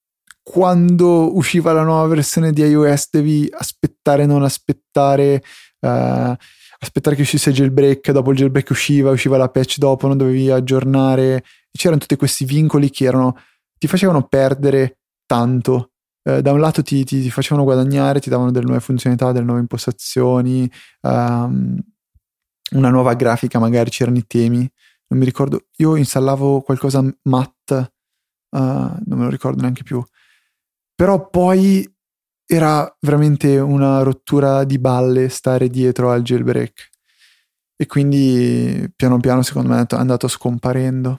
quando usciva la nuova versione di iOS devi aspettare, non aspettare, uh, aspettare che uscisse il jailbreak, dopo il jailbreak usciva, usciva la patch dopo, non dovevi aggiornare. C'erano tutti questi vincoli che erano, ti facevano perdere tanto. Uh, da un lato ti, ti, ti facevano guadagnare, ti davano delle nuove funzionalità, delle nuove impostazioni, um, una nuova grafica, magari c'erano i temi, non mi ricordo, io installavo qualcosa matte, uh, non me lo ricordo neanche più, però poi era veramente una rottura di balle stare dietro al jailbreak e quindi piano piano secondo me è andato scomparendo.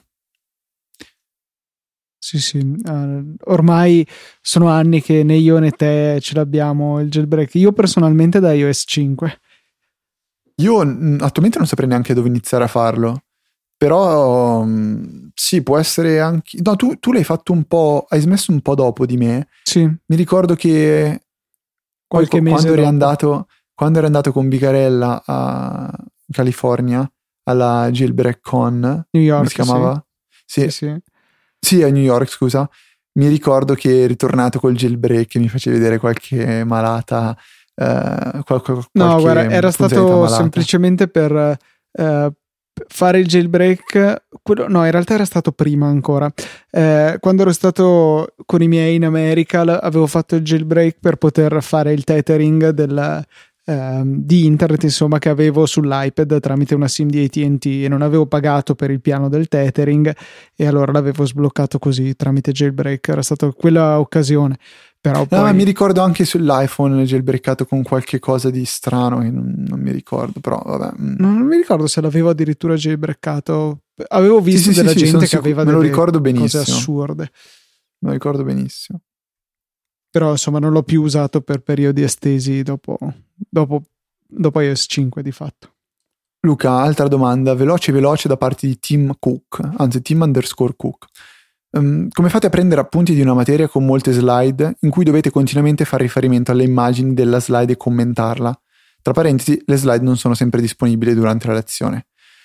Sì, sì, uh, ormai sono anni che né io né te ce l'abbiamo il jailbreak. Io personalmente da iOS cinque. Io mh, attualmente non saprei neanche dove iniziare a farlo, però mh, sì, può essere anche... No, tu, tu l'hai fatto un po', hai smesso un po' dopo di me. Sì. Mi ricordo che qualche mese quando eri, dopo. andato, quando eri andato con Bigarella a California, alla Jailbreak Con, New York, come si chiamava? Sì. Sì. Sì, sì. Sì, a New York, scusa. Mi ricordo che eri tornato col jailbreak e mi facevi vedere qualche malata. Eh, qual- qual- No, guarda, era stato malata. semplicemente per eh, fare il jailbreak. Quello, no, in realtà era stato prima ancora. Eh, quando ero stato con i miei in America, avevo fatto il jailbreak per poter fare il tethering del, eh, di internet, insomma, che avevo sull'iPad tramite una SIM di A T and T, e non avevo pagato per il piano del tethering, e allora l'avevo sbloccato così tramite jailbreak. Era stata quella occasione. Però poi... No, mi ricordo anche sull'iPhone jailbreakato con qualche cosa di strano che non, non mi ricordo, però vabbè. Non, non mi ricordo se l'avevo addirittura jailbreakato. Avevo visto sì, sì, della sì, gente che sicuro, aveva me lo delle ricordo cose benissimo. assurde. Me lo ricordo benissimo. Però insomma non l'ho più usato per periodi estesi dopo, dopo, dopo iOS cinque di fatto. Luca, altra domanda, veloce veloce da parte di Tim Cook, anzi Tim underscore Cook. Um, come fate a prendere appunti di una materia con molte slide in cui dovete continuamente fare riferimento alle immagini della slide e commentarla? Tra parentesi, le slide non sono sempre disponibili durante la lezione.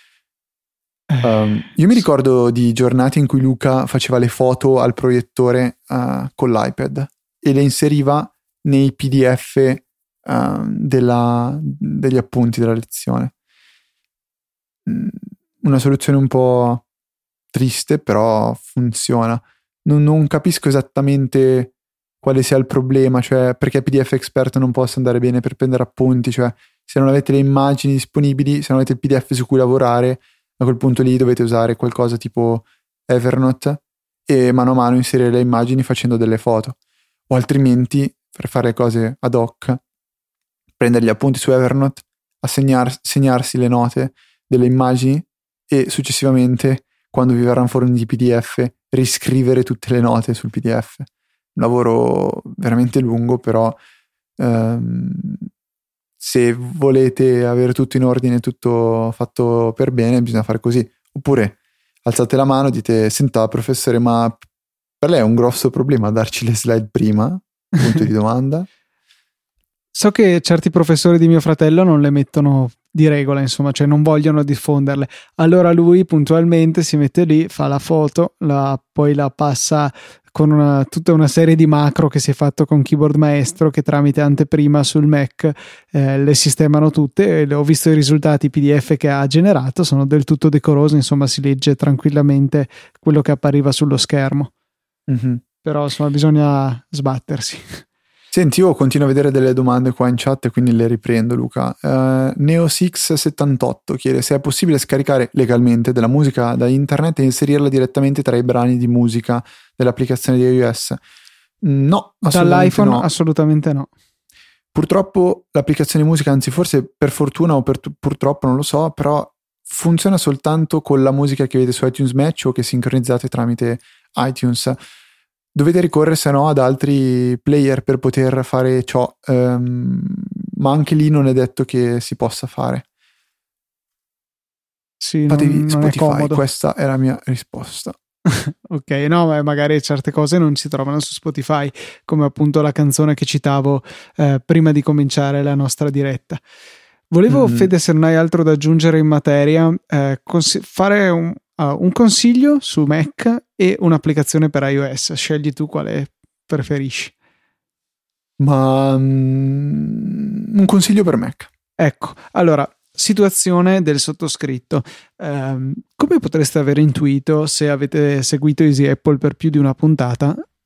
Um, io mi ricordo di giornate in cui Luca faceva le foto al proiettore uh, con l'iPad e le inseriva nei P D F uh, della, degli appunti della lezione. Mm, una soluzione un po' triste, però funziona. Non, non capisco esattamente quale sia il problema, cioè perché P D F Expert non possa andare bene per prendere appunti, cioè se non avete le immagini disponibili, se non avete il P D F su cui lavorare, a quel punto lì dovete usare qualcosa tipo Evernote e mano a mano inserire le immagini facendo delle foto, o altrimenti per fare le cose ad hoc prendere gli appunti su Evernote, assegnar, segnarsi le note delle immagini e successivamente, quando vi verranno forniti i P D F, riscrivere tutte le note sul P D F. Un lavoro veramente lungo, però ehm, se volete avere tutto in ordine, tutto fatto per bene, bisogna fare così. Oppure alzate la mano e dite: senta professore, ma per lei è un grosso problema darci le slide prima? Punto di domanda. So che certi professori di mio fratello non le mettono di regola, insomma, cioè non vogliono diffonderle. Allora lui puntualmente si mette lì, fa la foto, la, poi la passa con una, tutta una serie di macro che si è fatto con Keyboard Maestro, che tramite anteprima sul Mac eh, le sistemano tutte, e ho visto i risultati P D F che ha generato, sono del tutto decorosi, insomma si legge tranquillamente quello che appariva sullo schermo. Mm-hmm. Però insomma bisogna sbattersi. Senti, io continuo a vedere delle domande qua in chat e quindi le riprendo, Luca. Uh, Neosix settantotto chiede se è possibile scaricare legalmente della musica da internet e inserirla direttamente tra i brani di musica dell'applicazione di iOS. No, assolutamente dall'iPhone no. assolutamente no. Purtroppo l'applicazione musica, anzi forse per fortuna o per purtroppo non lo so, però funziona soltanto con la musica che vedete su iTunes Match o che sincronizzate tramite iTunes. Dovete ricorrere se no ad altri player per poter fare ciò, um, ma anche lì non è detto che si possa fare. Sì, Fatevi non, non Spotify, è comodo. Questa è la mia risposta. Ok, no, ma magari certe cose non si trovano su Spotify, come appunto la canzone che citavo eh, prima di cominciare la nostra diretta. Volevo, mm-hmm. Fede, se non hai altro da aggiungere in materia, eh, cons- fare un, uh, un consiglio su Mac e un'applicazione per iOS. Scegli tu quale preferisci. Ma um, un consiglio per Mac. Ecco, allora, situazione del sottoscritto. Um, come potreste aver intuito, se avete seguito Easy Apple per più di una puntata,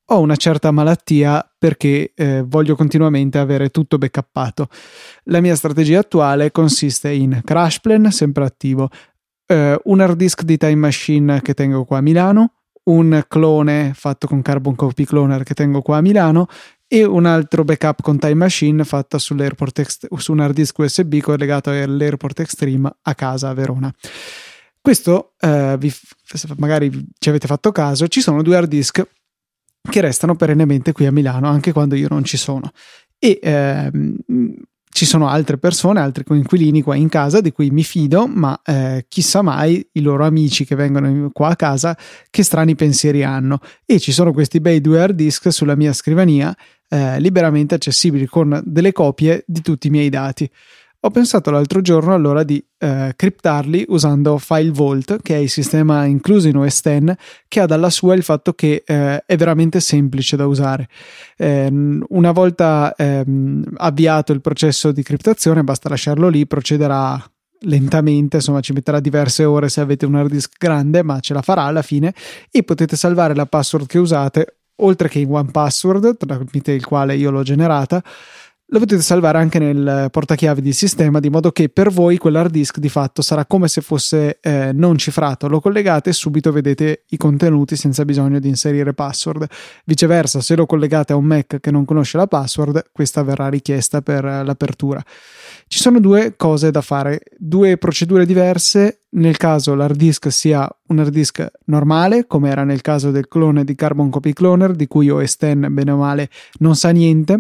ho una certa malattia perché eh, voglio continuamente avere tutto backuppato. La mia strategia attuale consiste in CrashPlan sempre attivo, eh, un hard disk di Time Machine che tengo qua a Milano, un clone fatto con Carbon Copy Cloner che tengo qua a Milano e un altro backup con Time Machine fatto sull'Airport Ext- su un hard disk U S B collegato all'Airport Extreme a casa a Verona. Questo eh, vi, magari ci avete fatto caso, ci sono due hard disk che restano perennemente qui a Milano anche quando io non ci sono e ehm, ci sono altre persone, altri coinquilini qua in casa di cui mi fido, ma eh, chissà mai i loro amici che vengono qua a casa che strani pensieri hanno, e ci sono questi bei due hard disk sulla mia scrivania eh, liberamente accessibili con delle copie di tutti i miei dati. Ho pensato l'altro giorno allora di eh, criptarli usando FileVault, che è il sistema incluso in O S X che ha dalla sua il fatto che eh, è veramente semplice da usare. Eh, una volta ehm, avviato il processo di criptazione basta lasciarlo lì, procederà lentamente, insomma ci metterà diverse ore se avete un hard disk grande, ma ce la farà alla fine, e potete salvare la password che usate, oltre che in one password tramite il quale io l'ho generata. Lo potete salvare anche nel portachiavi di sistema, di modo che per voi quell'hard disk di fatto sarà come se fosse eh, non cifrato. Lo collegate e subito vedete i contenuti senza bisogno di inserire password. Viceversa, se lo collegate a un Mac che non conosce la password, questa verrà richiesta per l'apertura. Ci sono due cose da fare, due procedure diverse nel caso l'hard disk sia un hard disk normale, come era nel caso del clone di Carbon Copy Cloner, di cui O S X bene o male non sa niente,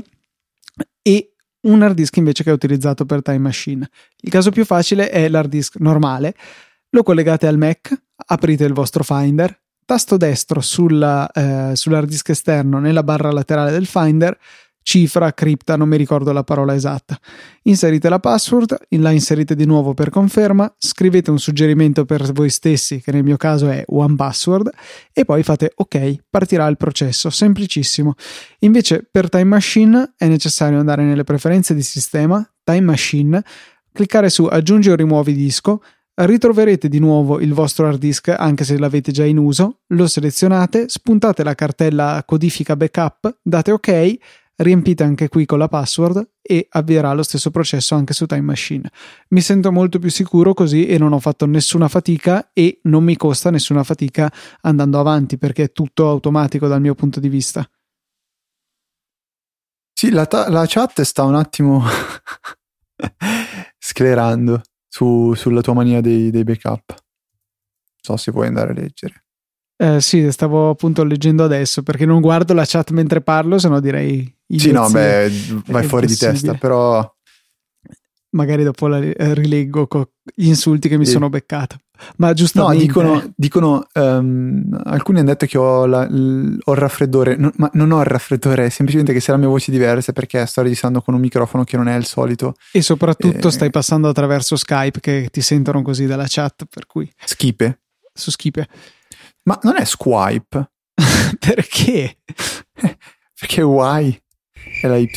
e un hard disk invece che è utilizzato per Time Machine. Il caso più facile è l'hard disk normale, lo collegate al Mac, aprite il vostro Finder, tasto destro sulla, eh, sull'hard disk esterno nella barra laterale del Finder, cifra, cripta, non mi ricordo la parola esatta. Inserite la password, la inserite di nuovo per conferma, scrivete un suggerimento per voi stessi, che nel mio caso è one password, e poi fate ok, partirà il processo, semplicissimo. Invece per Time Machine è necessario andare nelle preferenze di sistema, Time Machine, cliccare su aggiungi o rimuovi disco, ritroverete di nuovo il vostro hard disk anche se l'avete già in uso, lo selezionate, spuntate la cartella codifica backup, date ok, riempite anche qui con la password e avvierà lo stesso processo anche su Time Machine. Mi sento molto più sicuro così e non ho fatto nessuna fatica e non mi costa nessuna fatica andando avanti perché è tutto automatico dal mio punto di vista. Sì, la, ta- la chat sta un attimo sclerando su, sulla tua mania dei, dei backup. Non so se puoi andare a leggere. Eh, sì, stavo appunto leggendo adesso perché non guardo la chat mentre parlo, se no direi sì, no, beh, vai fuori di testa, però magari dopo la rileggo con gli insulti che mi e... sono beccato. Ma giustamente no, dicono, dicono um, alcuni hanno detto che ho, la, l, ho il raffreddore, no, ma non ho il raffreddore, è semplicemente che se la mia voce è diversa perché sto registrando con un microfono che non è il solito, e soprattutto e... stai passando attraverso Skype che ti sentono così dalla chat, per cui Skype su Skype. Ma non è Skype? Perché? Perché Y è la Y.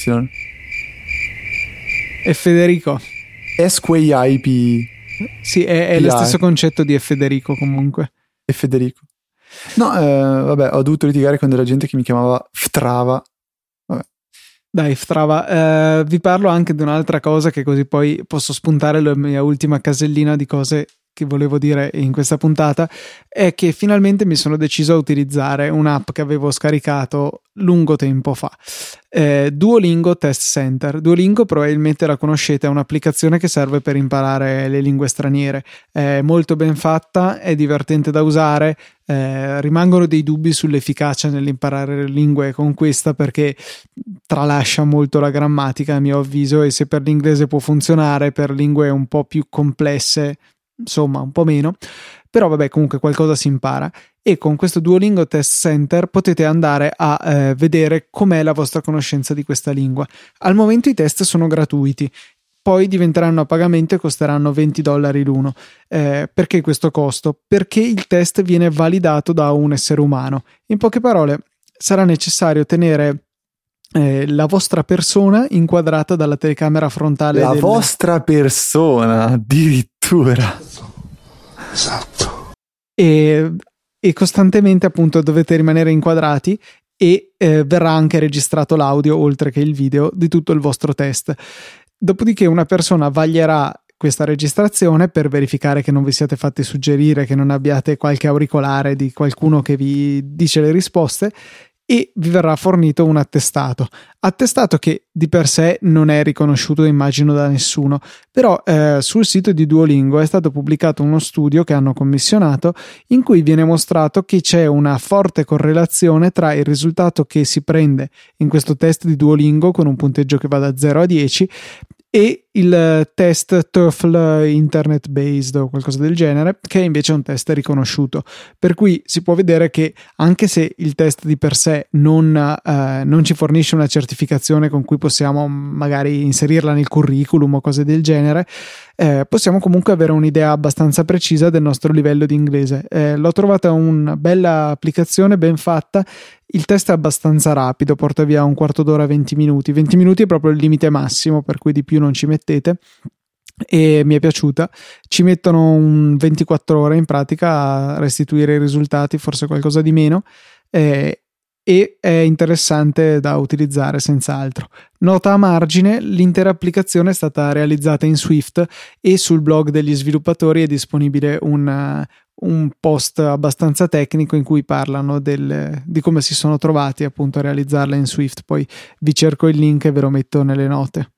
È Federico. S Q I P. Sì, è, è lo stesso concetto di Federico comunque. È Federico. No, eh, vabbè, ho dovuto litigare con della gente che mi chiamava Ftrava. Vabbè. Dai, Ftrava, eh, vi parlo anche di un'altra cosa che così poi posso spuntare la mia ultima casellina di cose che volevo dire in questa puntata, è che finalmente mi sono deciso a utilizzare un'app che avevo scaricato lungo tempo fa, eh, Duolingo Test Center. Duolingo probabilmente la conoscete, è un'applicazione che serve per imparare le lingue straniere, è molto ben fatta, è divertente da usare, eh, rimangono dei dubbi sull'efficacia nell'imparare le lingue con questa perché tralascia molto la grammatica a mio avviso, e se per l'inglese può funzionare, per lingue un po' più complesse insomma un po' meno, però vabbè, comunque qualcosa si impara. E con questo Duolingo Test Center potete andare a eh, vedere com'è la vostra conoscenza di questa lingua. Al momento i test sono gratuiti, poi diventeranno a pagamento e costeranno venti dollari l'uno. Eh, perché questo costo? Perché il test viene validato da un essere umano. In poche parole, sarà necessario tenere Eh, la vostra persona inquadrata dalla telecamera frontale. La del... vostra persona, addirittura. Esatto. E, e costantemente appunto dovete rimanere inquadrati, e eh, verrà anche registrato l'audio oltre che il video di tutto il vostro test. Dopodiché una persona vaglierà questa registrazione per verificare che non vi siate fatti suggerire, che non abbiate qualche auricolare di qualcuno che vi dice le risposte, e vi verrà fornito un attestato. Attestato che di per sé non è riconosciuto, immagino, da nessuno, però eh, sul sito di Duolingo è stato pubblicato uno studio che hanno commissionato in cui viene mostrato che c'è una forte correlazione tra il risultato che si prende in questo test di Duolingo con un punteggio che va da zero a dieci e il test TOEFL Internet Based o qualcosa del genere, che è invece un test riconosciuto, per cui si può vedere che anche se il test di per sé non, eh, non ci fornisce una certificazione con cui possiamo magari inserirla nel curriculum o cose del genere, eh, possiamo comunque avere un'idea abbastanza precisa del nostro livello di inglese. Eh, l'ho trovata una bella applicazione, ben fatta. Il test è abbastanza rapido, porta via un quarto d'ora, venti minuti. venti minuti è proprio il limite massimo, per cui di più non ci mettete, e mi è piaciuta. Ci mettono un ventiquattro ore in pratica a restituire i risultati, forse qualcosa di meno, eh, e è interessante da utilizzare senz'altro. Nota a margine: l'intera applicazione è stata realizzata in Swift e sul blog degli sviluppatori è disponibile un un post abbastanza tecnico in cui parlano del, di come si sono trovati appunto a realizzarla in Swift. Poi vi cerco il link e ve lo metto nelle note.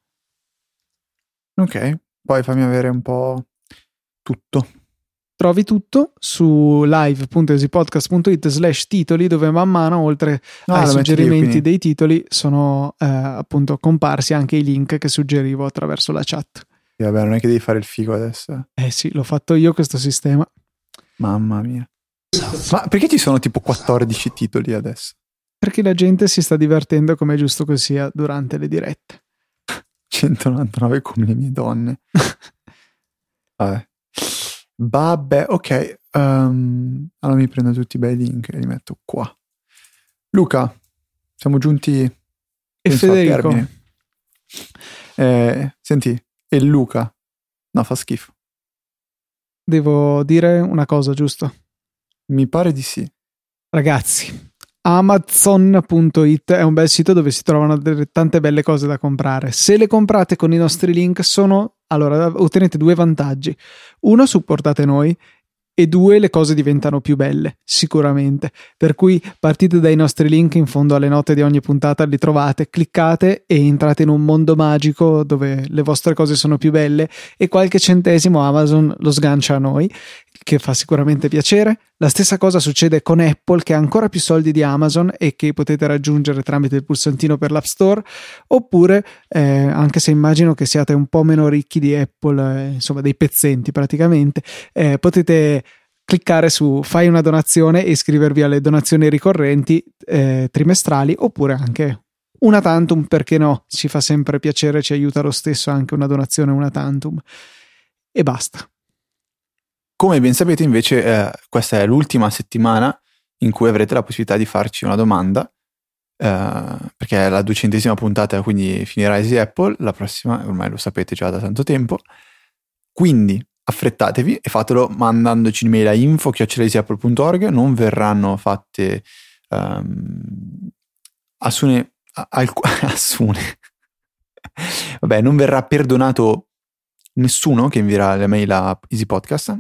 Ok, poi fammi avere un po' tutto. Trovi tutto su live punto easypodcast punto it slash titoli, dove man mano, oltre no, ai suggerimenti dei titoli, sono eh, appunto comparsi anche i link che suggerivo attraverso la chat. Sì, vabbè, non è che devi fare il figo adesso. Eh sì, l'ho fatto io questo sistema. Mamma mia. Ma perché ci sono tipo quattordici titoli adesso? Perché la gente si sta divertendo, come è giusto che sia, durante le dirette. centonovantanove come le mie donne. Vabbè. Vabbè, ok. Um, allora mi prendo tutti i bei link e li metto qua. Luca, siamo giunti e Federico. Eh, senti, e Luca? No, fa schifo. Devo dire una cosa, giusto? Mi pare di sì. Ragazzi, Amazon punto it è un bel sito dove si trovano delle, tante belle cose da comprare. Se le comprate con i nostri link, sono allora ottenete due vantaggi: uno, supportate noi, e due, le cose diventano più belle, sicuramente. Per cui partite dai nostri link, in fondo alle note di ogni puntata li trovate, cliccate e entrate in un mondo magico dove le vostre cose sono più belle e qualche centesimo Amazon lo sgancia a noi, che fa sicuramente piacere. La stessa cosa succede con Apple, che ha ancora più soldi di Amazon e che potete raggiungere tramite il pulsantino per l'App Store, oppure eh, anche se immagino che siate un po' meno ricchi di Apple, eh, insomma dei pezzenti praticamente, eh, potete cliccare su fai una donazione e iscrivervi alle donazioni ricorrenti eh, trimestrali, oppure anche una tantum, perché no, ci fa sempre piacere, ci aiuta lo stesso anche una donazione, una tantum, e basta. Come ben sapete, invece, eh, questa è l'ultima settimana in cui avrete la possibilità di farci una domanda, eh, perché è la duecentesima puntata, quindi finirà Easy Apple, la prossima ormai lo sapete già da tanto tempo, quindi affrettatevi e fatelo mandandoci un'email a info chiocciola easyapple punto org. Non verranno fatte um, assune, alc- assune. Vabbè, non verrà perdonato nessuno che invierà le mail a Easy Podcast,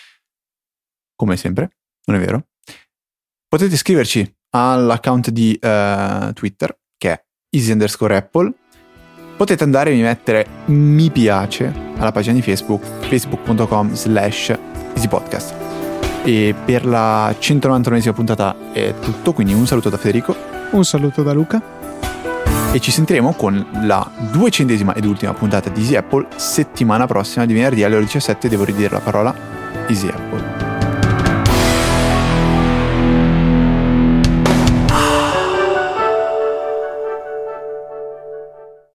come sempre, non è vero? Potete iscriverci all'account di uh, Twitter, che è easy underscore apple. Potete andare e mettere mi piace alla pagina di Facebook, facebook punto com slash easypodcast. E per la centonovantanovesima puntata è tutto, quindi un saluto da Federico, un saluto da Luca, e ci sentiremo con la duecentesima ed ultima puntata di Easy Apple settimana prossima, di venerdì alle ore diciassette. Devo ridire la parola Easy Apple.